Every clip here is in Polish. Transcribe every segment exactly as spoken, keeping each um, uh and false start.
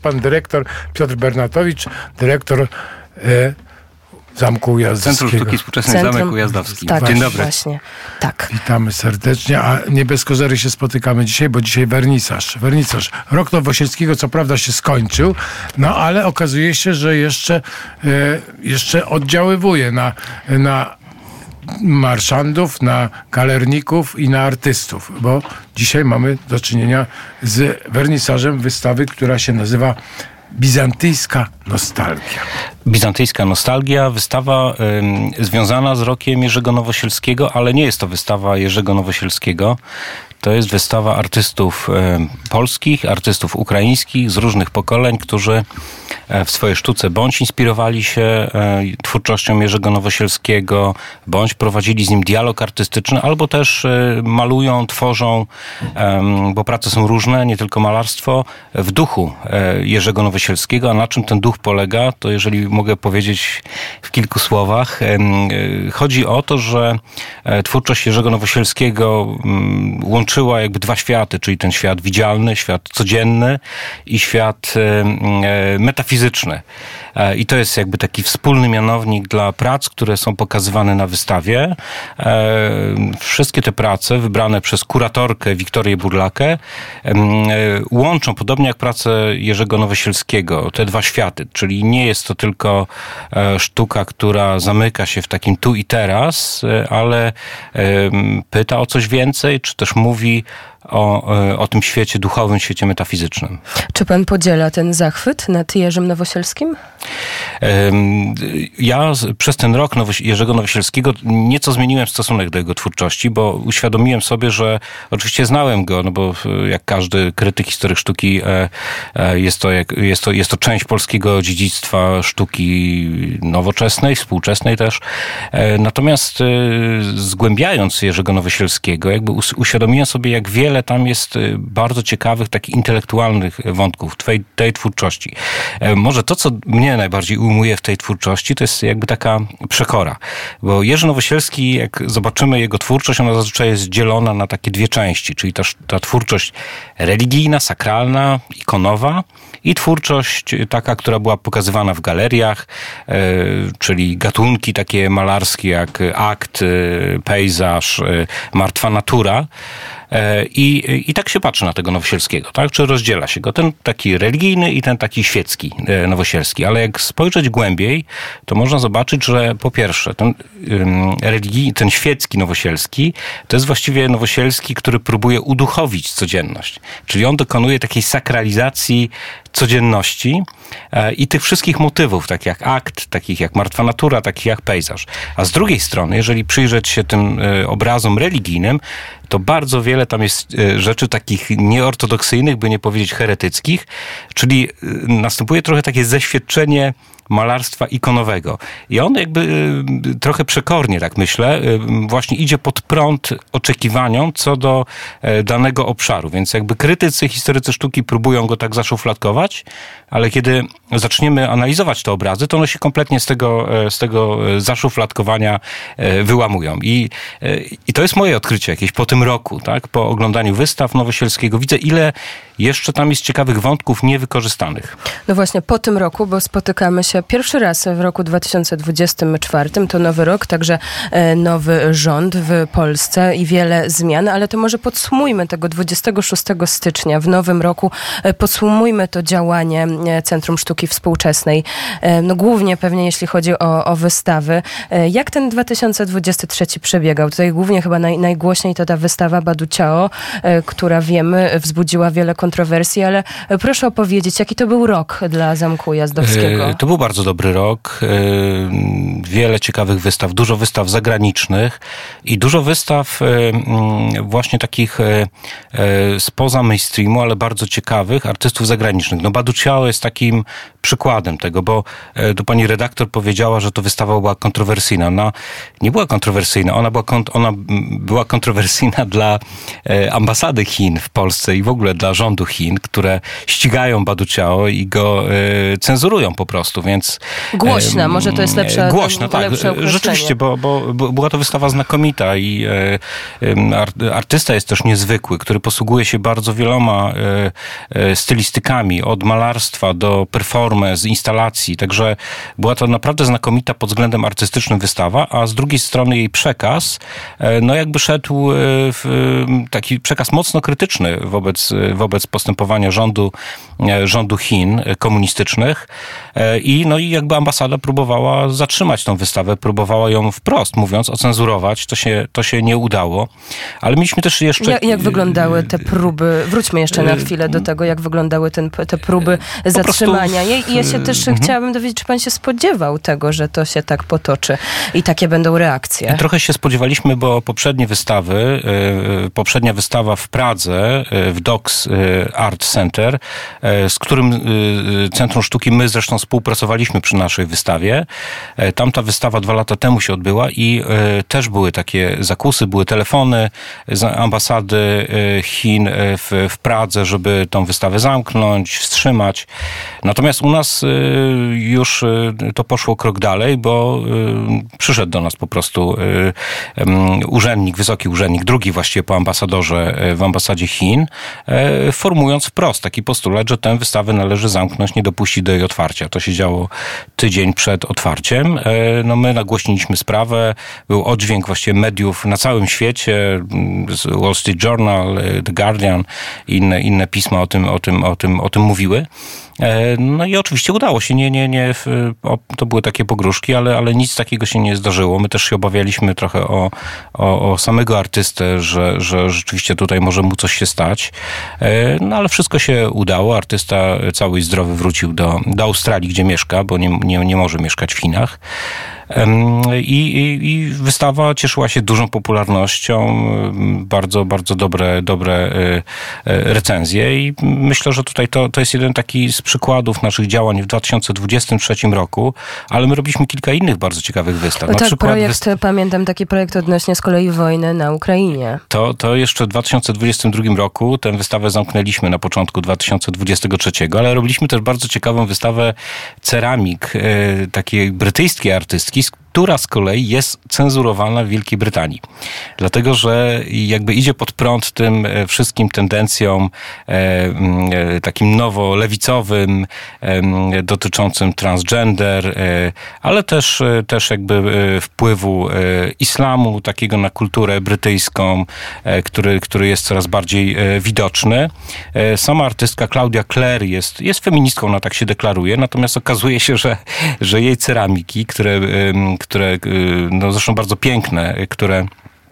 Pan dyrektor Piotr Bernatowicz, dyrektor e, Zamku Ujazdowskiego. Centrum Sztuki Współczesnej Centrum... Zamek Ujazdowski. Tak, Dzień dobry. Właśnie. Tak. Witamy serdecznie, a nie bez kozery się spotykamy dzisiaj, bo dzisiaj wernisaż. Wernisaż. Rok Nowosielskiego co prawda się skończył, no ale okazuje się, że jeszcze, e, jeszcze oddziaływuje na, na marszandów, na galerników i na artystów, bo dzisiaj mamy do czynienia z wernisażem wystawy, która się nazywa Bizantyjska Nostalgia. Bizantyjska Nostalgia, wystawa y, związana z rokiem Jerzego Nowosielskiego, ale nie jest to wystawa Jerzego Nowosielskiego. To jest wystawa artystów y, polskich, artystów ukraińskich z różnych pokoleń, którzy w swojej sztuce bądź inspirowali się y, twórczością Jerzego Nowosielskiego, bądź prowadzili z nim dialog artystyczny, albo też y, malują, tworzą, y, bo prace są różne, nie tylko malarstwo, w duchu y, Jerzego Nowosielskiego. A na czym ten duch polega, to jeżeli mogę powiedzieć w kilku słowach, y, y, chodzi o to, że y, twórczość Jerzego Nowosielskiego y, łączy łączyła jakby dwa światy, czyli ten świat widzialny, świat codzienny i świat e, metafizyczny. E, I to jest jakby taki wspólny mianownik dla prac, które są pokazywane na wystawie. E, wszystkie te prace, wybrane przez kuratorkę Wiktorię Burlakę, e, łączą, podobnie jak prace Jerzego Nowosielskiego, te dwa światy, czyli nie jest to tylko e, sztuka, która zamyka się w takim tu i teraz, e, ale e, pyta o coś więcej, czy też mówi O, o tym świecie duchowym, świecie metafizycznym. Czy pan podziela ten zachwyt nad Jerzym Nowosielskim? Ja przez ten rok Nowoś- Jerzego Nowosielskiego nieco zmieniłem stosunek do jego twórczości, bo uświadomiłem sobie, że oczywiście znałem go, no bo jak każdy krytyk, historyk sztuki, jest to, jest to, jest to część polskiego dziedzictwa sztuki nowoczesnej, współczesnej też. Natomiast zgłębiając Jerzego Nowosielskiego, jakby uświadomiłem sobie, jak wiele tam jest bardzo ciekawych, takich intelektualnych wątków tej, tej twórczości. Może to, co mnie najbardziej ujmuje w tej twórczości, to jest jakby taka przekora. Bo Jerzy Nowosielski, jak zobaczymy jego twórczość, ona zazwyczaj jest dzielona na takie dwie części, czyli ta, ta twórczość religijna, sakralna, ikonowa i twórczość taka, która była pokazywana w galeriach, e, czyli gatunki takie malarskie jak akt, e, pejzaż, e, martwa natura. I, I tak się patrzy na tego Nowosielskiego, tak? Czy rozdziela się go ten taki religijny i ten taki świecki Nowosielski. Ale jak spojrzeć głębiej, to można zobaczyć, że po pierwsze ten, um, religijny, ten świecki Nowosielski to jest właściwie Nowosielski, który próbuje uduchowić codzienność. Czyli on dokonuje takiej sakralizacji codzienności e, i tych wszystkich motywów, takich jak akt, takich jak martwa natura, takich jak pejzaż. A z drugiej strony, jeżeli przyjrzeć się tym e, obrazom religijnym, to bardzo wiele tam jest e, rzeczy takich nieortodoksyjnych, by nie powiedzieć heretyckich, czyli e, następuje trochę takie zeświadczenie malarstwa ikonowego. I on jakby y, trochę przekornie, tak myślę, y, właśnie idzie pod prąd oczekiwaniom co do y, danego obszaru. Więc jakby krytycy, historycy sztuki próbują go tak zaszufladkować, ale kiedy zaczniemy analizować te obrazy, to one się kompletnie z tego, z tego zaszufladkowania y, wyłamują. I, y, I to jest moje odkrycie jakieś po tym roku, tak? Po oglądaniu wystaw Nowosielskiego. Widzę, ile jeszcze tam jest ciekawych wątków niewykorzystanych. No właśnie po tym roku, bo spotykamy się pierwszy raz w roku dwa tysiące dwudziestym czwartym. To nowy rok, także nowy rząd w Polsce i wiele zmian, ale to może podsumujmy tego dwudziestego szóstego stycznia w nowym roku. Podsumujmy to działanie Centrum Sztuki Współczesnej. No głównie pewnie jeśli chodzi o, o wystawy. Jak ten dwa tysiące dwudziesty trzeci przebiegał? Tutaj głównie chyba naj, najgłośniej to ta wystawa Badu Ciao, która wiemy wzbudziła wiele kontrowersji, ale proszę opowiedzieć, jaki to był rok dla Zamku Ujazdowskiego? To był bardzo dobry rok. Wiele ciekawych wystaw, dużo wystaw zagranicznych i dużo wystaw właśnie takich spoza mainstreamu, ale bardzo ciekawych artystów zagranicznych. No Badu Ciao jest takim przykładem tego, bo tu pani redaktor powiedziała, że to wystawa była kontrowersyjna. Ona nie była kontrowersyjna, ona była, kont- ona była kontrowersyjna dla ambasady Chin w Polsce i w ogóle dla rządu Chin, które ścigają Badu Ciao i go cenzurują po prostu. Więc więc... Głośna, może to jest lepsze Głośna, tak. Lepsze rzeczywiście, bo, bo, bo była to wystawa znakomita i e, artysta jest też niezwykły, który posługuje się bardzo wieloma e, e, stylistykami, od malarstwa do performance, instalacji, także była to naprawdę znakomita pod względem artystycznym wystawa, a z drugiej strony jej przekaz, e, no jakby szedł w taki przekaz mocno krytyczny wobec, wobec postępowania rządu, rządu Chin komunistycznych i no i jakby ambasada próbowała zatrzymać tą wystawę, próbowała ją wprost mówiąc ocenzurować, to się, to się nie udało, ale mieliśmy też jeszcze... Jak, jak wyglądały te próby, wróćmy jeszcze na chwilę do tego, jak wyglądały ten, te próby po zatrzymania. Ja, ja się też mhm. chciałabym dowiedzieć, czy pan się spodziewał tego, że to się tak potoczy i takie będą reakcje? Trochę się spodziewaliśmy, bo poprzednie wystawy, poprzednia wystawa w Pradze, w Docks Art Center, z którym Centrum Sztuki my zresztą współpracowaliśmy przy naszej wystawie. Tamta wystawa dwa lata temu się odbyła i też były takie zakusy, były telefony z ambasady Chin w, w Pradze, żeby tą wystawę zamknąć, wstrzymać. Natomiast u nas już to poszło krok dalej, bo przyszedł do nas po prostu urzędnik, wysoki urzędnik, drugi właściwie po ambasadorze w ambasadzie Chin, formując wprost taki postulat, że tę wystawę należy zamknąć, nie dopuścić do jej otwarcia. To się działo tydzień przed otwarciem. No my nagłośniliśmy sprawę, był oddźwięk właściwie mediów na całym świecie, Wall Street Journal, The Guardian, inne, inne pisma o tym, o tym, o tym, o tym mówiły. No i oczywiście udało się, nie, nie, nie, to były takie pogróżki, ale, ale nic takiego się nie zdarzyło. My też się obawialiśmy trochę o, o, o samego artystę, że, że rzeczywiście tutaj może mu coś się stać. No ale wszystko się udało. Artysta cały i zdrowy wrócił do, do Australii, gdzie mieszka, bo nie, nie, nie może mieszkać w Chinach. I, i, I wystawa cieszyła się dużą popularnością, bardzo, bardzo dobre, dobre recenzje i myślę, że tutaj to, to jest jeden taki z przykładów naszych działań w dwa tysiące dwudziestym trzecim roku, ale my robiliśmy kilka innych bardzo ciekawych wystaw. No na tak, przykład projekt, wyst- pamiętam taki projekt odnośnie z kolei wojny na Ukrainie. To, to jeszcze w dwa tysiące dwudziestym drugim roku tę wystawę zamknęliśmy na początku dwa tysiące dwudziestego trzeciego, ale robiliśmy też bardzo ciekawą wystawę ceramik takiej brytyjskiej artystki, która z kolei jest cenzurowana w Wielkiej Brytanii. Dlatego, że jakby idzie pod prąd tym wszystkim tendencjom e, e, takim nowo-lewicowym, e, dotyczącym transgender, e, ale też, e, też jakby e, wpływu e, islamu takiego na kulturę brytyjską, e, który, który jest coraz bardziej e, widoczny. E, sama artystka Claudia Clare jest, jest feministką, ona tak się deklaruje, natomiast okazuje się, że, że jej ceramiki, które e, które, no zresztą bardzo piękne, które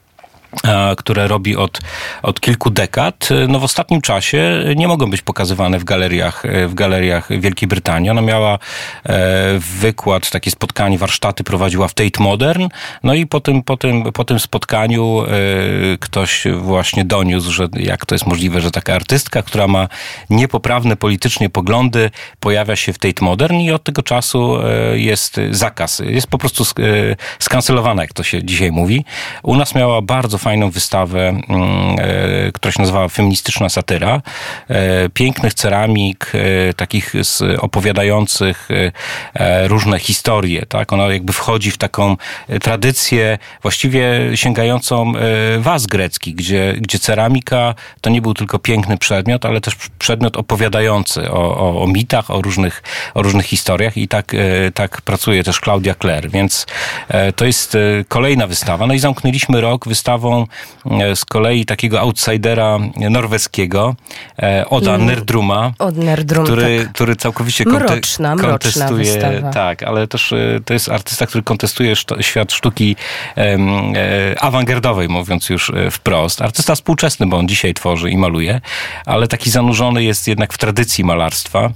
które robi od, od kilku dekad, no w ostatnim czasie nie mogą być pokazywane w galeriach, w galeriach Wielkiej Brytanii. Ona miała wykład, takie spotkanie, warsztaty prowadziła w Tate Modern, no i po tym, po tym, po tym spotkaniu ktoś właśnie doniósł, że jak to jest możliwe, że taka artystka, która ma niepoprawne politycznie poglądy, pojawia się w Tate Modern i od tego czasu jest zakaz. Jest po prostu skancelowana, jak to się dzisiaj mówi. U nas miała bardzo fajną wystawę, e, która się nazywała Feministyczna satyra. E, pięknych ceramik, e, takich z, opowiadających e, różne historie. Tak? Ona jakby wchodzi w taką tradycję właściwie sięgającą e, was greckich, gdzie, gdzie ceramika to nie był tylko piękny przedmiot, ale też przedmiot opowiadający o, o, o mitach, o różnych, o różnych historiach i tak, e, tak pracuje też Claudia Clare. Więc e, to jest e, kolejna wystawa. No i zamknęliśmy rok wystawą z kolei takiego outsidera norweskiego, Oda mm. Nerdruma, Od Nerdrum, który, tak. który całkowicie mroczna, konte- kontestuje. Mroczna wystawa. Tak, ale też to jest artysta, który kontestuje szto- świat sztuki um, awangardowej, mówiąc już wprost. Artysta współczesny, bo on dzisiaj tworzy i maluje, ale taki zanurzony jest jednak w tradycji malarstwa.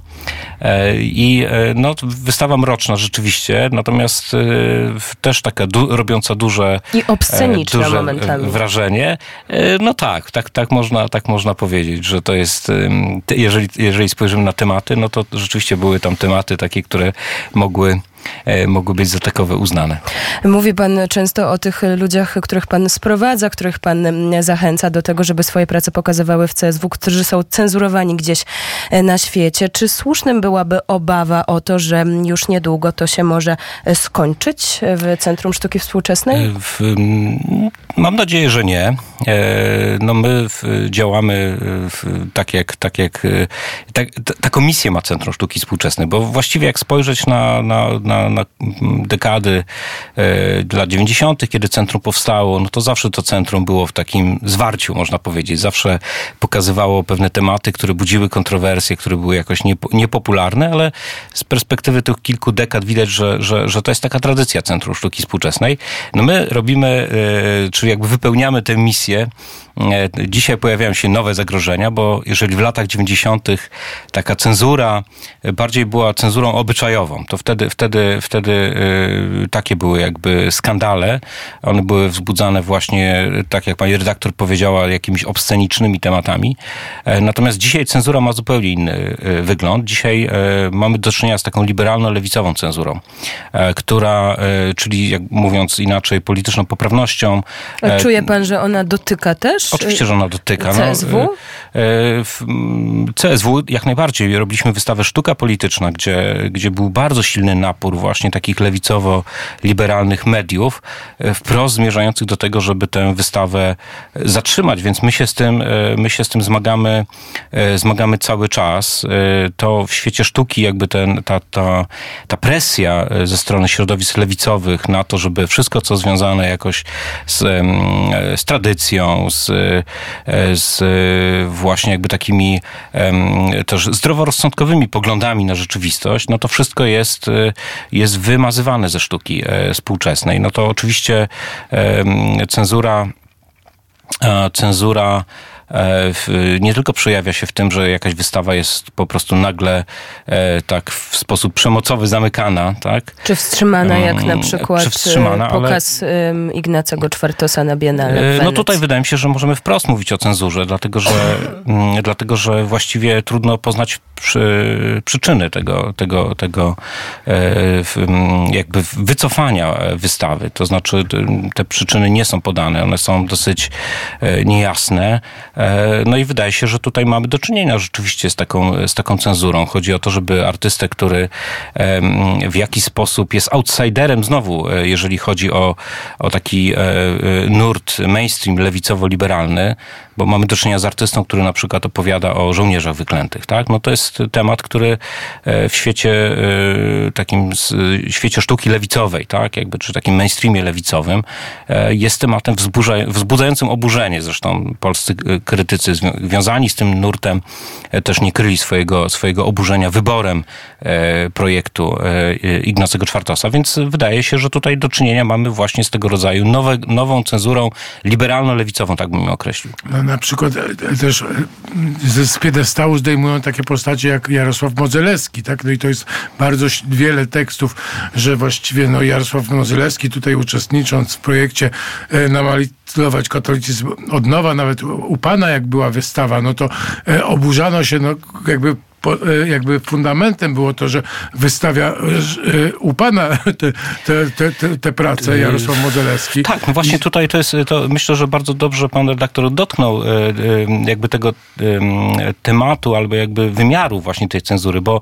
I no, wystawa mroczna rzeczywiście, natomiast też taka du- robiąca duże... I obsceniczna duże momentami. Wrażenie. No tak, tak, tak można, tak można powiedzieć, że to jest, jeżeli, jeżeli spojrzymy na tematy, no to rzeczywiście były tam tematy takie, które mogły mogły być za takowe uznane. Mówi pan często o tych ludziach, których pan sprowadza, których pan zachęca do tego, żeby swoje prace pokazywały w C S W, którzy są cenzurowani gdzieś na świecie. Czy słusznym byłaby obawa o to, że już niedługo to się może skończyć w Centrum Sztuki Współczesnej? W, mam nadzieję, że nie. No my działamy w, tak jak, tak jak ta, ta komisja ma Centrum Sztuki Współczesnej, bo właściwie jak spojrzeć na, na, na, na dekady lat dziewięćdziesiątych, kiedy centrum powstało, no to zawsze to centrum było w takim zwarciu, można powiedzieć. Zawsze pokazywało pewne tematy, które budziły kontrowersje, które były jakoś niepopularne, ale z perspektywy tych kilku dekad widać, że, że, że to jest taka tradycja Centrum Sztuki Współczesnej. No my robimy, czyli jakby wypełniamy tę misję. Dzisiaj pojawiają się nowe zagrożenia, bo jeżeli w latach dziewięćdziesiątych taka cenzura bardziej była cenzurą obyczajową, to wtedy, wtedy, wtedy takie były jakby skandale. One były wzbudzane właśnie, tak jak pani redaktor powiedziała, jakimiś obscenicznymi tematami. Natomiast dzisiaj cenzura ma zupełnie inny wygląd. Dzisiaj mamy do czynienia z taką liberalno-lewicową cenzurą, która, czyli jak mówiąc inaczej, polityczną poprawnością. A czuje pan, że ona dotyka też? Oczywiście, że ona dotyka. C S W? No, C S W jak najbardziej. Robiliśmy wystawę Sztuka Polityczna, gdzie, gdzie był bardzo silny napór właśnie takich lewicowo-liberalnych mediów, wprost zmierzających do tego, żeby tę wystawę zatrzymać. Więc my się z tym, my się z tym zmagamy, zmagamy cały czas. To w świecie sztuki jakby ten, ta, ta, ta presja ze strony środowisk lewicowych na to, żeby wszystko, co związane jakoś z, z tradycją, z, z właśnie jakby takimi też zdroworozsądkowymi poglądami na rzeczywistość, no to wszystko jest, jest wymazywane ze sztuki współczesnej. No to oczywiście cenzura, cenzura nie tylko przejawia się w tym, że jakaś wystawa jest po prostu nagle tak w sposób przemocowy zamykana, tak? Czy wstrzymana, jak na przykład pokaz ale... Ignacego Czwartosa na Biennale. No tutaj wydaje mi się, że możemy wprost mówić o cenzurze, dlatego że, dlatego, że właściwie trudno poznać przy, przyczyny tego, tego, tego jakby wycofania wystawy. To znaczy te przyczyny nie są podane, one są dosyć niejasne. No i wydaje się, że tutaj mamy do czynienia rzeczywiście z taką, z taką cenzurą. Chodzi o to, żeby artystę, który w jakiś sposób jest outsiderem znowu, jeżeli chodzi o, o taki nurt mainstream lewicowo-liberalny, bo mamy do czynienia z artystą, który na przykład opowiada o żołnierzach wyklętych, tak? No to jest temat, który w świecie takim, świecie sztuki lewicowej, tak? Jakby, czy takim mainstreamie lewicowym jest tematem wzburza, wzbudzającym oburzenie. Zresztą polscy krytycy związani z tym nurtem też nie kryli swojego, swojego oburzenia wyborem projektu Ignacego Czwartosa, więc wydaje się, że tutaj do czynienia mamy właśnie z tego rodzaju nowe, nową cenzurą liberalno-lewicową, tak bym ją określił. No, na przykład też z, z piedestału zdejmują takie postacie jak Jarosław Modzelewski, tak? No i to jest bardzo wiele tekstów, że właściwie no, Jarosław Modzelewski tutaj uczestnicząc w projekcie e, namalować katolicyzm od nowa, nawet u pana jak była wystawa, no to e, oburzano się, no jakby jakby fundamentem było to, że wystawia u pana te, te, te, te, te prace Jarosław Modzelewski. Tak, no właśnie tutaj to jest, to myślę, że bardzo dobrze pan redaktor dotknął jakby tego tematu albo jakby wymiaru właśnie tej cenzury, bo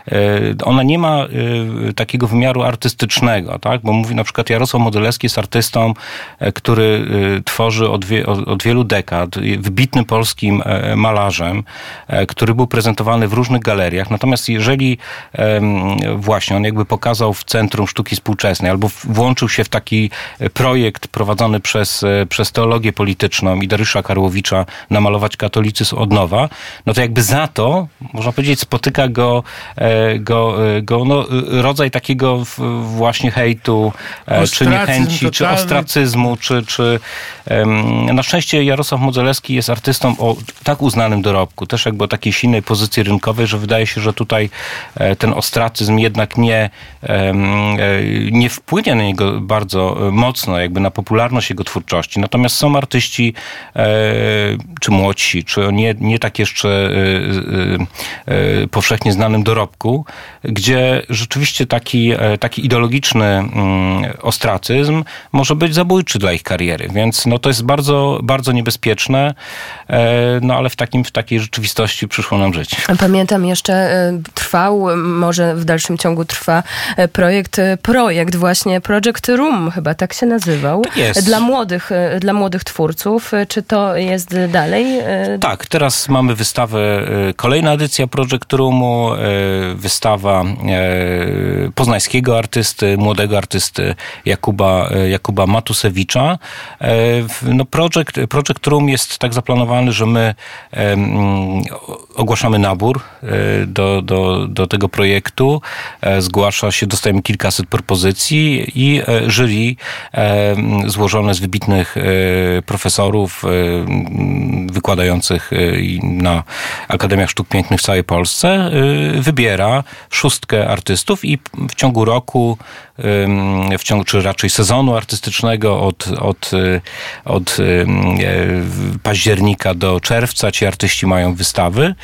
ona nie ma takiego wymiaru artystycznego, tak? Bo mówi na przykład Jarosław Modzelewski jest artystą, który tworzy od, wie, od wielu dekad, wybitnym polskim malarzem, który był prezentowany w różnych galeriach. Natomiast jeżeli um, właśnie on jakby pokazał w Centrum Sztuki Współczesnej albo włączył się w taki projekt prowadzony przez, przez teologię polityczną i Dariusza Karłowicza namalować katolicyzm od nowa, no to jakby za to, można powiedzieć, spotyka go, go, go no, rodzaj takiego właśnie hejtu, Ostracyzm, czy niechęci, totalny. Czy ostracyzmu, czy, czy um, na szczęście Jarosław Modzelewski jest artystą o tak uznanym dorobku, też jakby o takiej silnej pozycji rynkowej, ciekawe, że wydaje się, że tutaj ten ostracyzm jednak nie, nie wpłynie na niego bardzo mocno, jakby na popularność jego twórczości. Natomiast są artyści, czy młodsi, czy nie, nie tak jeszcze powszechnie znanym dorobku, gdzie rzeczywiście taki, taki ideologiczny ostracyzm może być zabójczy dla ich kariery. Więc no, to jest bardzo, bardzo niebezpieczne, no ale w, takim, w takiej rzeczywistości przyszło nam żyć. Pamiętam jeszcze, trwał, może w dalszym ciągu trwa projekt, projekt właśnie Project Room, chyba tak się nazywał. Tak jest. Dla młodych, dla młodych twórców. Czy to jest dalej? Tak, teraz mamy wystawę, kolejna edycja Project Roomu, wystawa poznańskiego artysty, młodego artysty Jakuba, Jakuba Matusewicza. No project, project Room jest tak zaplanowany, że my ogłaszamy nabór do, do, do tego projektu. Zgłasza się, dostajemy kilkaset propozycji i jury złożone z wybitnych profesorów wykładających na Akademiach Sztuk Pięknych w całej Polsce wybiera szóstkę artystów i w ciągu roku, w ciągu, czy raczej sezonu artystycznego od, od, od października do czerwca ci artyści mają wystawy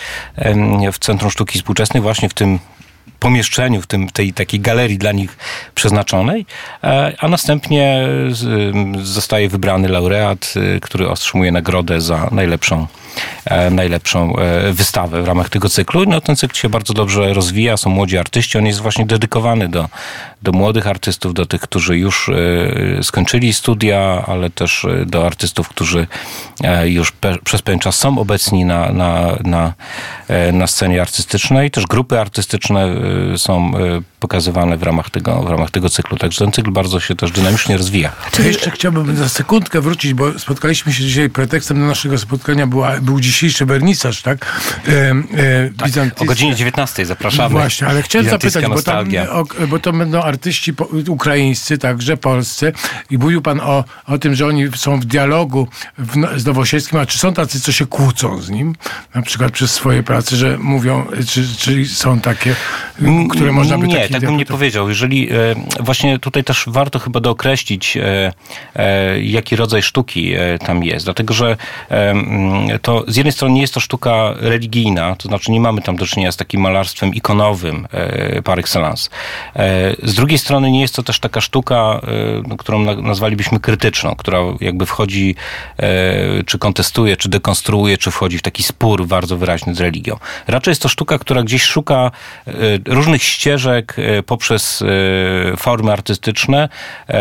w Centrum Sztuki Współczesnej, właśnie w tym pomieszczeniu, w tym, tej takiej galerii dla nich przeznaczonej, a następnie zostaje wybrany laureat, który otrzymuje nagrodę za najlepszą, najlepszą wystawę w ramach tego cyklu. No, ten cykl się bardzo dobrze rozwija, są młodzi artyści, on jest właśnie dedykowany do, do młodych artystów, do tych, którzy już skończyli studia, ale też do artystów, którzy już pe, przez pewien czas są obecni na, na, na, na scenie artystycznej. Też grupy artystyczne są pokazywane w ramach tego, w ramach tego cyklu. Także ten cykl bardzo się też dynamicznie rozwija. To jeszcze chciałbym za sekundkę wrócić, bo spotkaliśmy się dzisiaj, pretekstem do naszego spotkania była, był dzisiejszy wernisaż, tak? E, e, tak o godzinie dziewiętnastej zapraszamy. Właśnie, ale chciałem zapytać, bo, tam, o, bo to będą artyści po, ukraińscy, także polscy i mówił pan o, o tym, że oni są w dialogu w, z Nowosielskim, a czy są tacy, co się kłócą z nim? Na przykład przez swoje prace, że mówią, czy, czy są takie, które można by... Nie, tak bym nie powiedział. Jeżeli e, właśnie tutaj też warto chyba dookreślić, e, e, jaki rodzaj sztuki e, tam jest. Dlatego, że e, to z jednej strony nie jest to sztuka religijna, to znaczy nie mamy tam do czynienia z takim malarstwem ikonowym e, par excellence. E, z drugiej strony nie jest to też taka sztuka, e, którą na, nazwalibyśmy krytyczną, która jakby wchodzi, e, czy kontestuje, czy dekonstruuje, czy wchodzi w taki spór bardzo wyraźny z religią. Raczej jest to sztuka, która gdzieś szuka e, różnych ścieżek poprzez formy artystyczne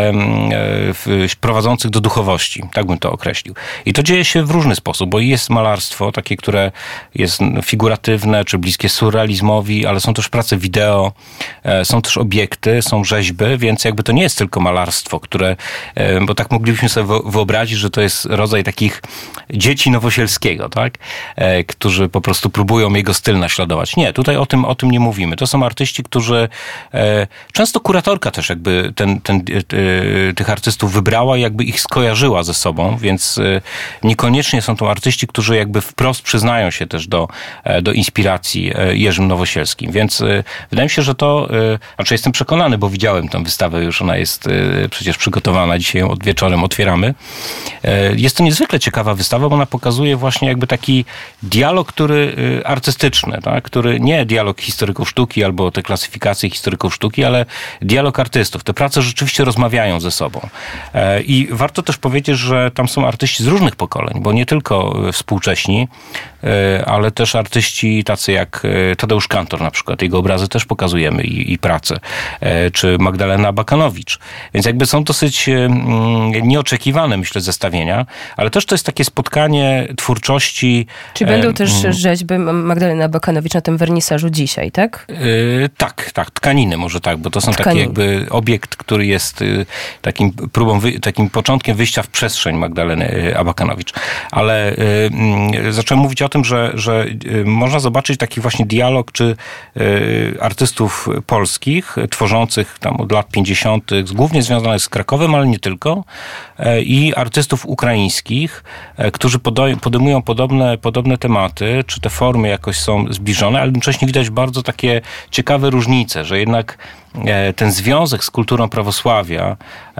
prowadzących do duchowości. Tak bym to określił. I to dzieje się w różny sposób, bo jest malarstwo takie, które jest figuratywne, czy bliskie surrealizmowi, ale są też prace wideo, są też obiekty, są rzeźby, więc jakby to nie jest tylko malarstwo, które, bo tak moglibyśmy sobie wyobrazić, że to jest rodzaj takich dzieci Nowosielskiego, tak? Którzy po prostu próbują jego styl naśladować. Nie, tutaj o tym, o tym nie mówimy. To są artyści, którzy e, często kuratorka też jakby ten, ten, e, tych artystów wybrała i jakby ich skojarzyła ze sobą, więc e, niekoniecznie są to artyści, którzy jakby wprost przyznają się też do, e, do inspiracji e, Jerzym Nowosielskim. Więc e, wydaje mi się, że to, e, znaczy jestem przekonany, bo widziałem tę wystawę już, ona jest e, przecież przygotowana, dzisiaj ją od wieczorem otwieramy. E, jest to niezwykle ciekawa wystawa, bo ona pokazuje właśnie jakby taki dialog, który e, artystyczny, tak? Który nie dialog historyków sztuki albo te klasyfikacje historyków sztuki, ale dialog artystów. Te prace rzeczywiście rozmawiają ze sobą. I warto też powiedzieć, że tam są artyści z różnych pokoleń, bo nie tylko współcześni, ale też artyści tacy jak Tadeusz Kantor na przykład. Jego obrazy też pokazujemy i, i prace. Czy Magdalena Abakanowicz. Więc jakby są dosyć nieoczekiwane, myślę, zestawienia, ale też to jest takie spotkanie twórczości. Czy będą też rzeźby Magdaleny Abakanowicz na tym wernisażu dzisiaj, tak? Yy, tak, tak. Tkaniny może tak, bo to są Tkaniny. Taki jakby obiekt, który jest yy, takim próbą, wy, takim początkiem wyjścia w przestrzeń Magdaleny Abakanowicz. Ale zacząłem mówić o tym, że, że można zobaczyć taki właśnie dialog, czy artystów polskich, tworzących tam od lat pięćdziesiątych, głównie związanych z Krakowem, ale nie tylko, i artystów ukraińskich, którzy podejmują podobne, podobne tematy, czy te formy jakoś są zbliżone, ale jednocześnie widać bardzo takie ciekawe różnice, że jednak ten związek z kulturą prawosławia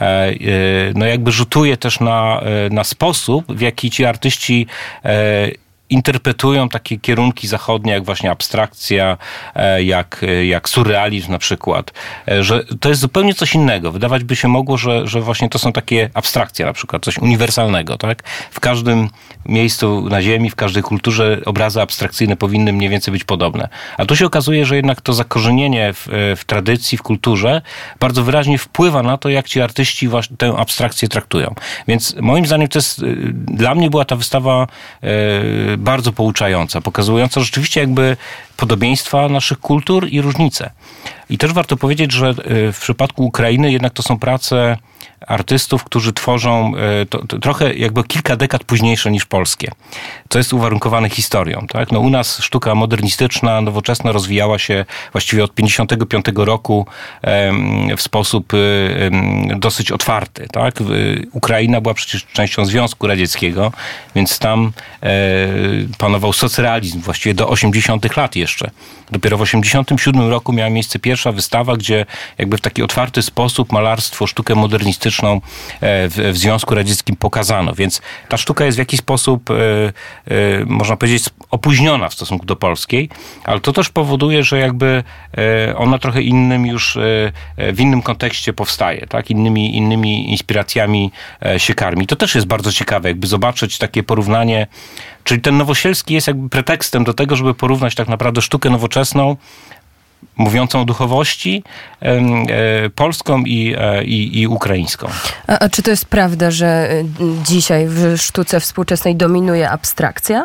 no jakby rzutuje też na, na sposób, w jaki ci artyści interpretują takie kierunki zachodnie, jak właśnie abstrakcja, jak, jak surrealizm na przykład, że to jest zupełnie coś innego. Wydawać by się mogło, że, że właśnie to są takie abstrakcje na przykład, coś uniwersalnego, tak? W każdym miejscu na ziemi, w każdej kulturze obrazy abstrakcyjne powinny mniej więcej być podobne. A tu się okazuje, że jednak to zakorzenienie w, w tradycji, w kulturze bardzo wyraźnie wpływa na to, jak ci artyści właśnie tę abstrakcję traktują. Więc moim zdaniem to jest, dla mnie była ta wystawa bardzo pouczająca, pokazująca rzeczywiście jakby podobieństwa naszych kultur i różnice. I też warto powiedzieć, że w przypadku Ukrainy jednak to są prace artystów, którzy tworzą to, to trochę jakby kilka dekad późniejsze niż polskie. To jest uwarunkowane historią. Tak? No u nas sztuka modernistyczna, nowoczesna rozwijała się właściwie od pięćdziesiątego piątego roku w sposób dosyć otwarty. Tak? Ukraina była przecież częścią Związku Radzieckiego, więc tam panował socrealizm właściwie do osiemdziesiątych lat jeszcze. Dopiero w osiemdziesiątym siódmym roku miała miejsce pierwsza wystawa, gdzie jakby w taki otwarty sposób malarstwo, sztukę modernistyczną w, w Związku Radzieckim pokazano. Więc ta sztuka jest w jakiś sposób, można powiedzieć, opóźniona w stosunku do polskiej, ale to też powoduje, że jakby ona trochę innym już, w innym kontekście powstaje, tak? Innymi, innymi inspiracjami się karmi. To też jest bardzo ciekawe, jakby zobaczyć takie porównanie. Czyli ten Nowosielski jest jakby pretekstem do tego, żeby porównać tak naprawdę sztukę nowoczesną, mówiącą o duchowości, e, polską i, e, i, i ukraińską. A, a czy to jest prawda, że dzisiaj w sztuce współczesnej dominuje abstrakcja?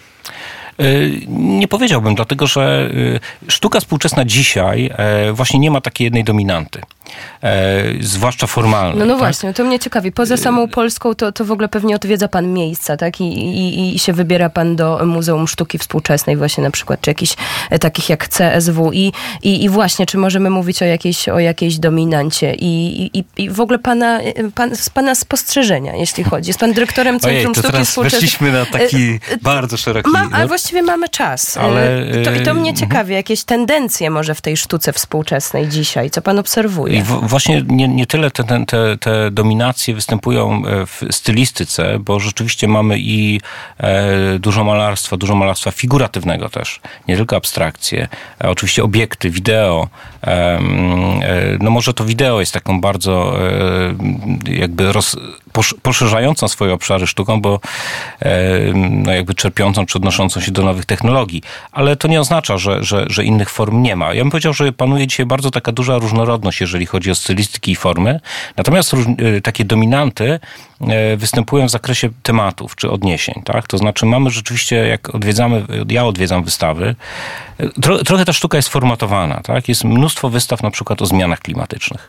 Nie powiedziałbym, dlatego że sztuka współczesna dzisiaj właśnie nie ma takiej jednej dominanty. Zwłaszcza formalnej. No, no tak? właśnie, to mnie ciekawi. Poza samą Polską to, to w ogóle pewnie odwiedza pan miejsca, tak? I, i, i się wybiera pan do Muzeum Sztuki Współczesnej właśnie na przykład, czy jakichś takich jak C S W. I, i, i właśnie, czy możemy mówić o jakiejś, o jakiejś dominancie? I, i, i w ogóle pana, pan, z pana spostrzeżenia, jeśli chodzi. Jest pan dyrektorem Centrum Ojej, to Sztuki teraz Współczesnej. Weszliśmy na taki bardzo szeroki... Ma, ale właściwie mamy czas. Ale, I, to, I to mnie ciekawi, jakieś tendencje może w tej sztuce współczesnej dzisiaj, co pan obserwuje? I w, właśnie nie, nie tyle te, te, te dominacje występują w stylistyce, bo rzeczywiście mamy i e, dużo malarstwa, dużo malarstwa figuratywnego też, nie tylko abstrakcje, e, oczywiście obiekty, wideo. E, e, no może to wideo jest taką bardzo e, jakby roz, posz, poszerzającą swoje obszary sztuką, bo e, no jakby czerpiącą czy odnoszącą się do nowych technologii. Ale to nie oznacza, że, że, że innych form nie ma. Ja bym powiedział, że panuje dzisiaj bardzo taka duża różnorodność, jeżeli chodzi o stylistyki i formy. Natomiast róż, takie dominanty występują w zakresie tematów czy odniesień. Tak? To znaczy mamy rzeczywiście, jak odwiedzamy, ja odwiedzam wystawy, tro, trochę ta sztuka jest formatowana. Tak? Jest mnóstwo wystaw na przykład o zmianach klimatycznych.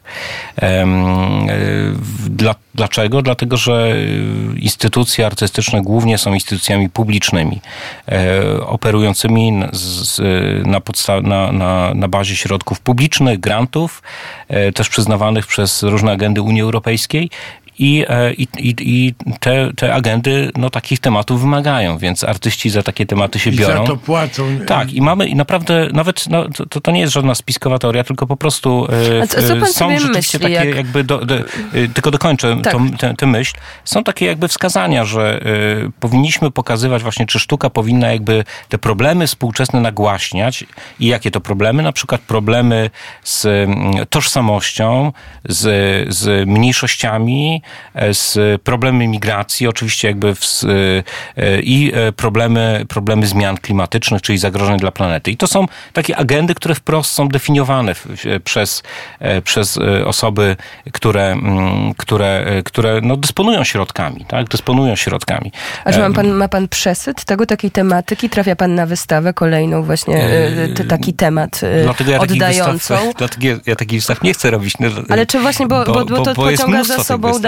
Dla, dlaczego? Dlatego, że instytucje artystyczne głównie są instytucjami publicznymi, operującymi z, na, podstaw, na, na, na bazie środków publicznych, grantów, też przyznawanych przez różne agendy Unii Europejskiej. I, i, i te, te agendy no, takich tematów wymagają, więc artyści za takie tematy się I biorą. I za to płacą. Tak, i mamy i naprawdę, nawet no, to, to nie jest żadna spiskowa teoria, tylko po prostu A co, co pan są rzeczywiście myśli, takie jak... jakby, do, do, tylko dokończę tak. tę myśl, są takie jakby wskazania, że y, powinniśmy pokazywać właśnie, czy sztuka powinna jakby te problemy współczesne nagłaśniać i jakie to problemy, na przykład problemy z y, tożsamością, z, z mniejszościami, z problemy migracji, oczywiście jakby w, i problemy, problemy zmian klimatycznych, czyli zagrożeń dla planety. I to są takie agendy, które wprost są definiowane przez, przez osoby, które, które, które no, dysponują środkami, tak? Dysponują środkami. A czy ma pan, ma pan przesyt tego, takiej tematyki? Trafia pan na wystawę kolejną właśnie te, taki temat dlatego ja oddającą? Wystaw, dlatego ja, ja takich wystaw nie chcę robić. No, ale czy właśnie, bo, bo, bo, bo to bo pociąga za sobą dalsze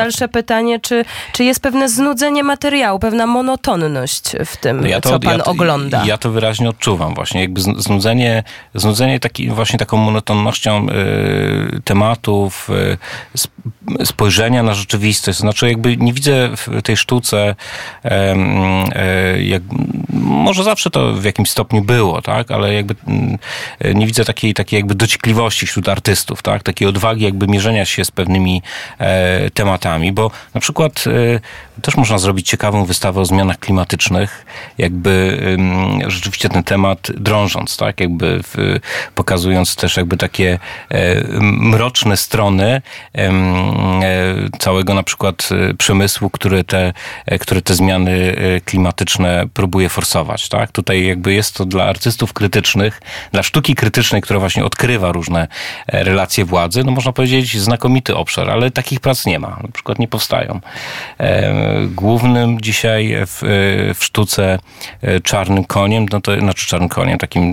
dalsze pytanie, czy, czy jest pewne znudzenie materiału, pewna monotonność w tym, no ja to, co pan ja to, ogląda? Ja to wyraźnie odczuwam właśnie, jakby znudzenie, znudzenie taki, właśnie taką monotonnością y, tematów, y, spojrzenia na rzeczywistość. To znaczy jakby nie widzę w tej sztuce, y, y, jak, może zawsze to w jakimś stopniu było, tak, ale jakby y, nie widzę takiej, takiej jakby dociekliwości wśród artystów, tak, takiej odwagi jakby mierzenia się z pewnymi e, tematami, bo na przykład e, też można zrobić ciekawą wystawę o zmianach klimatycznych, jakby e, rzeczywiście ten temat drążąc, tak, jakby w, pokazując też jakby takie e, mroczne strony e, całego na przykład przemysłu, który te, który te zmiany klimatyczne próbuje forsować, tak. Tutaj jakby jest to dla artystów krytycznych, dla sztuki krytycznej, która właśnie odkrywa różne relacje władzy, no można powiedzieć znakomity obszar, ale takich prac nie ma. Na przykład nie powstają. Głównym dzisiaj w, w sztuce czarnym koniem, no to znaczy czarnym koniem, takim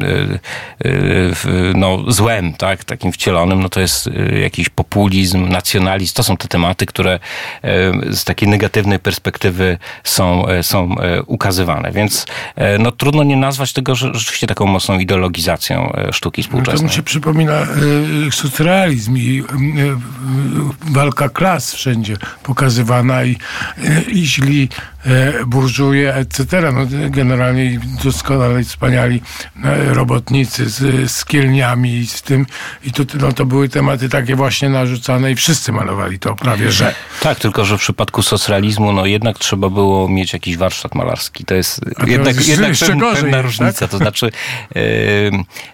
no złem, tak, takim wcielonym, no to jest jakiś populizm, nacjonalizm. To są te tematy, które z takiej negatywnej perspektywy są, są ukazywane. Więc no trudno nie nazwać tego, że rzeczywiście taką mocną ideologizacją sztuki współczesnej. To mi się przypomina y, socrealizm i y, y, walka klas wszędzie pokazywana i, y, i źli y, burżuje, et cetera. No, generalnie doskonale wspaniali y, robotnicy z, z kielniami i z tym. I to, no, to były tematy takie właśnie narzucane i wszyscy malowali to prawie, że. Tak, tylko że w przypadku socrealizmu no jednak trzeba było mieć jakiś warsztat malarski. To jest to jednak, jest jednak jeszcze pewna, gorzej, pewna tak? różnica. To znaczy y,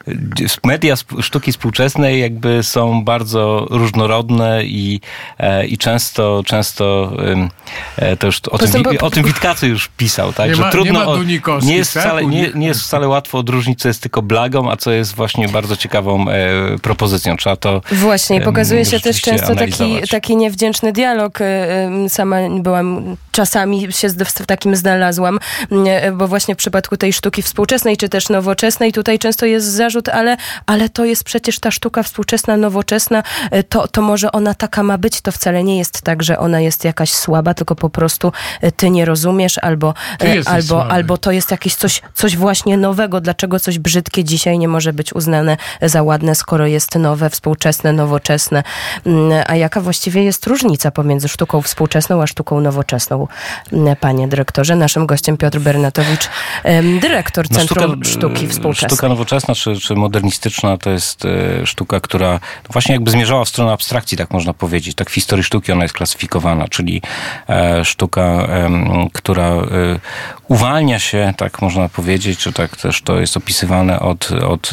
media sztuki współczesnej jakby są bardzo różnorodne i, e, i często, często e, to już o tym, o tym Witkacy już pisał, tak? Nie że ma, trudno, nie ma Dunikowskich, nie, jest tak? wcale, nie, nie jest wcale łatwo odróżnić, co jest tylko blagą, a co jest właśnie bardzo ciekawą e, propozycją. Trzeba to Właśnie, i pokazuje się też często taki, taki taki niewdzięczny dialog. Sama byłam, czasami się w takim znalazłam, bo właśnie w przypadku tej sztuki współczesnej, czy też nowoczesnej, tutaj często jest zarzut, ale, ale to jest przecież ta sztuka współczesna, nowoczesna, to, to może ona taka ma być, to wcale nie jest tak, że ona jest jakaś słaba, tylko po prostu ty nie rozumiesz, albo, albo, albo to jest jakieś coś, coś właśnie nowego. Dlaczego coś brzydkie dzisiaj nie może być uznane za ładne, skoro jest nowe, współczesne, nowoczesne? A jaka właściwie jest różnica pomiędzy sztuką współczesną a sztuką nowoczesną, panie dyrektorze? Naszym gościem Piotr Bernatowicz, dyrektor Centrum no sztuka, Sztuki Współczesnej. Sztuka nowoczesna czy, czy modernistyczna to jest sztuka, która właśnie jakby zmierzała w stronę abstrakcji, tak można powiedzieć. Tak w historii sztuki ona jest klasyfikowana, czyli sztuka, która uwalnia się, tak można powiedzieć, czy tak też to jest opisywane od, od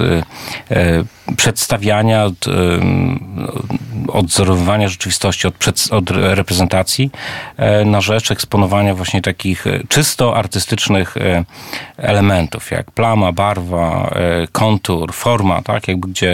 przedstawiania, od odzorowywania rzeczywistości, od, przed, od reprezentacji na rzecz eksponowania właśnie takich czysto artystycznych elementów, jak plama, barwa, kontur, forma, tak, jakby gdzie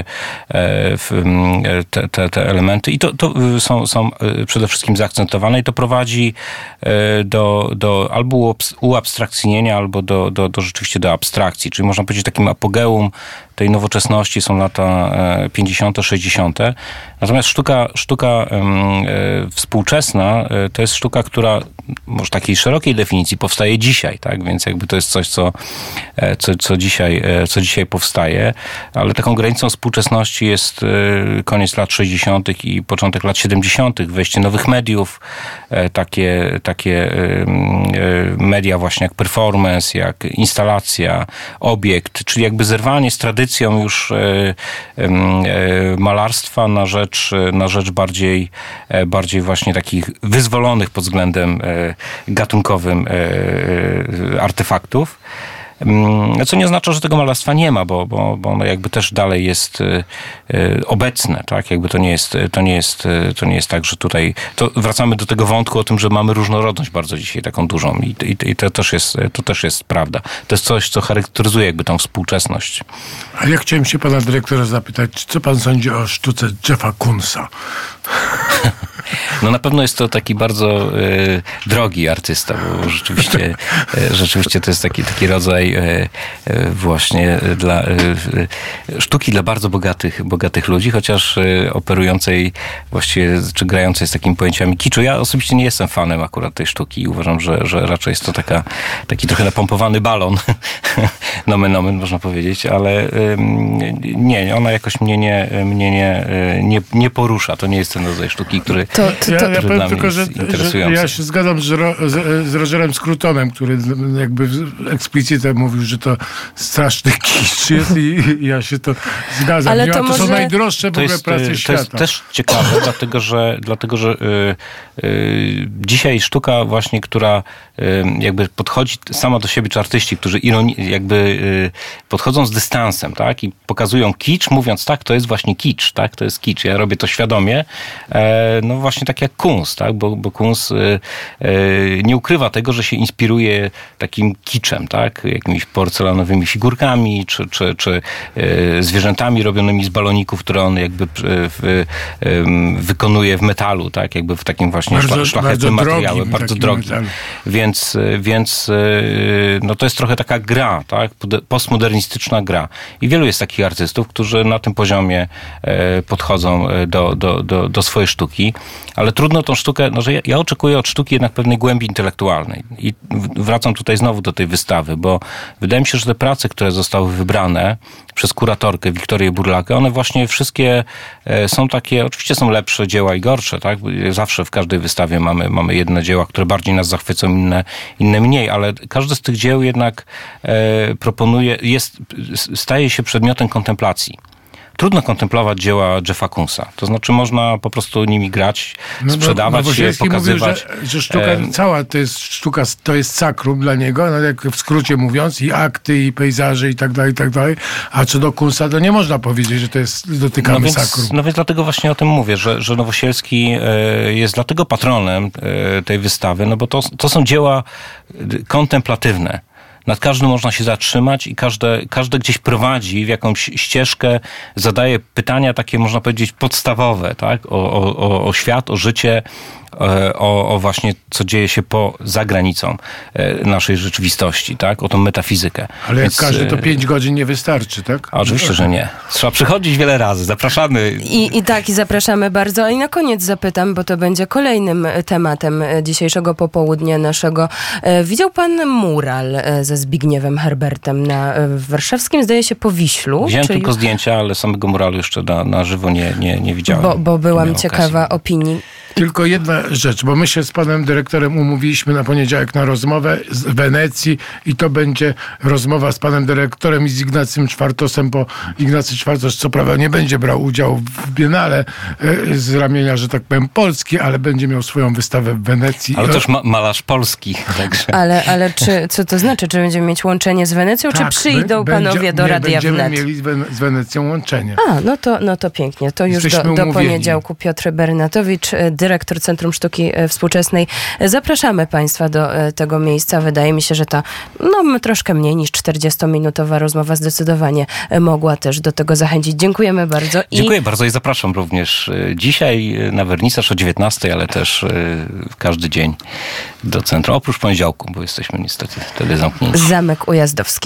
te, te, te elementy i to, to są, są przede wszystkim zaakcentowane i to prowadzi do, do albo uabstrakcyjnienia, albo do, do, do rzeczywiście do abstrakcji, czyli można powiedzieć takim apogeum tej nowoczesności są lata pięćdziesiąte, sześćdziesiąte. Natomiast sztuka, sztuka e, współczesna e, to jest sztuka, która może takiej szerokiej definicji powstaje dzisiaj, tak? Więc jakby to jest coś, co, e, co, co, dzisiaj, e, co dzisiaj powstaje, ale taką granicą współczesności jest e, koniec lat sześćdziesiątych i początek lat siedemdziesiątych, wejście nowych mediów, e, takie, takie e, media właśnie jak performance, jak instalacja, obiekt, czyli jakby zerwanie z tradycją już e, e, malarstwa na rzecz, na rzecz bardziej, e, bardziej właśnie takich wyzwolonych pod względem e, gatunkowym e, artefaktów. Co nie oznacza, że tego malarstwa nie ma, bo, bo, bo ono jakby też dalej jest y, y, obecne, tak? Jakby to nie jest, to nie jest, to nie jest tak, że tutaj, to wracamy do tego wątku o tym, że mamy różnorodność bardzo dzisiaj taką dużą i, i, i to też jest, to też jest prawda. To jest coś, co charakteryzuje jakby tą współczesność. A ja chciałem się pana dyrektora zapytać, co pan sądzi o sztuce Jeffa Koonsa? No na pewno jest to taki bardzo y, drogi artysta, bo rzeczywiście, y, rzeczywiście to jest taki, taki rodzaj y, y, właśnie dla y, y, sztuki dla bardzo bogatych, bogatych ludzi, chociaż y, operującej właściwie, czy grającej z takimi pojęciami kiczu. Ja osobiście nie jestem fanem akurat tej sztuki i uważam, że, że raczej jest to taka, taki trochę napompowany balon, nomen omen można powiedzieć, ale y, nie, ona jakoś mnie nie, mnie nie, nie, nie porusza. To nie jest ten rodzaj sztuki, który, to, to, ja, to, ja powiem tylko, że, że ja ja się zgadzam z, Ro, z, z Rogerem Scrutonem, który jakby eksplicitem mówił, że to straszny kicz jest i, i ja się to zgadzam. Ale to, to, to może... są najdroższe w ogóle jest, prace to świata. To jest też ciekawe, dlatego że, dlatego, że y, y, dzisiaj sztuka właśnie, która y, jakby podchodzi sama do siebie, czy artyści, którzy ironi, jakby y, podchodzą z dystansem, tak, i pokazują kicz, mówiąc tak, to jest właśnie kicz, tak, to jest kicz. Ja robię to świadomie, e, no właśnie tak jak Kunst, tak, bo, bo Kunst y, y, nie ukrywa tego, że się inspiruje takim kiczem, tak, jakimiś porcelanowymi figurkami, czy, czy, czy y, zwierzętami robionymi z baloników, które on jakby w, y, wykonuje w metalu, tak, jakby w takim właśnie bardzo, szlachetnym bardzo materiale, drogim, bardzo drogim. Metalu. Więc, więc y, no to jest trochę taka gra, tak, postmodernistyczna gra. I wielu jest takich artystów, którzy na tym poziomie y, podchodzą do, do, do, do swojej sztuki, ale trudno tą sztukę, no, że ja, ja oczekuję od sztuki jednak pewnej głębi intelektualnej. I wracam tutaj znowu do tej wystawy, bo wydaje mi się, że te prace, które zostały wybrane przez kuratorkę Wiktorię Burlakę, one właśnie wszystkie są takie, oczywiście są lepsze dzieła i gorsze, tak? Zawsze w każdej wystawie mamy, mamy jedne dzieła, które bardziej nas zachwycą, inne, inne mniej, ale każde z tych dzieł jednak e, proponuje, jest, staje się przedmiotem kontemplacji. Trudno kontemplować dzieła Jeffa Kunsa. To znaczy można po prostu nimi grać, no, sprzedawać je, pokazywać. Mówił, że, że sztuka e... cała to jest sztuka, to jest sakrum dla niego, no jak w skrócie mówiąc, i akty, i pejzaże, i tak dalej, i tak dalej. A co do Kunsa, to nie można powiedzieć, że to jest, dotykamy no więc, sakrum. No więc dlatego właśnie o tym mówię, że, że Nowosielski jest dlatego patronem tej wystawy, no bo to, to są dzieła kontemplatywne. Nad każdym można się zatrzymać i każde, każde gdzieś prowadzi w jakąś ścieżkę, zadaje pytania takie, można powiedzieć, podstawowe, tak? O, o, o świat, o życie, o, o właśnie co dzieje się poza granicą naszej rzeczywistości, tak? O tą metafizykę. Ale Więc, jak każdy to pięć godzin nie wystarczy, tak? A oczywiście, że nie. Trzeba przychodzić wiele razy. Zapraszamy. I, i tak, i zapraszamy bardzo. I na koniec zapytam, bo to będzie kolejnym tematem dzisiejszego popołudnia naszego. Widział pan mural ze Zbigniewem Herbertem na w warszawskim, zdaje się, Powiślu. Widziałem czyli... tylko zdjęcia, ale samego muralu jeszcze na, na żywo nie, nie, nie widziałem. Bo, bo byłam ciekawa okazji. opinii. Tylko jedna rzecz, bo my się z panem dyrektorem umówiliśmy na poniedziałek na rozmowę z Wenecji i to będzie rozmowa z panem dyrektorem i z Ignacym Czwartosem, bo Ignacy Czwartos co prawda nie będzie brał udziału w Biennale z ramienia, że tak powiem, Polski, ale będzie miał swoją wystawę w Wenecji. Ale też ma- malarz polski. Także. Ale, ale czy, co to znaczy? Czy będziemy mieć łączenie z Wenecją, tak, czy przyjdą b- panowie będzie, do nie, Radia Wnet? Będziemy mieli z, Wen- z Wenecją łączenie. A, no to, no to pięknie. To już do, do poniedziałku. Piotr Bernatowicz, dyrektor Centrum Sztuki Współczesnej. Zapraszamy państwa do tego miejsca. Wydaje mi się, że ta no, troszkę mniej niż czterdziestominutowa rozmowa zdecydowanie mogła też do tego zachęcić. Dziękujemy bardzo. I... Dziękuję bardzo i zapraszam również dzisiaj na wernisaż o dziewiętnastej, ale też każdy dzień do centrum. Oprócz poniedziałku, bo jesteśmy niestety wtedy zamknięci. Zamek Ujazdowski.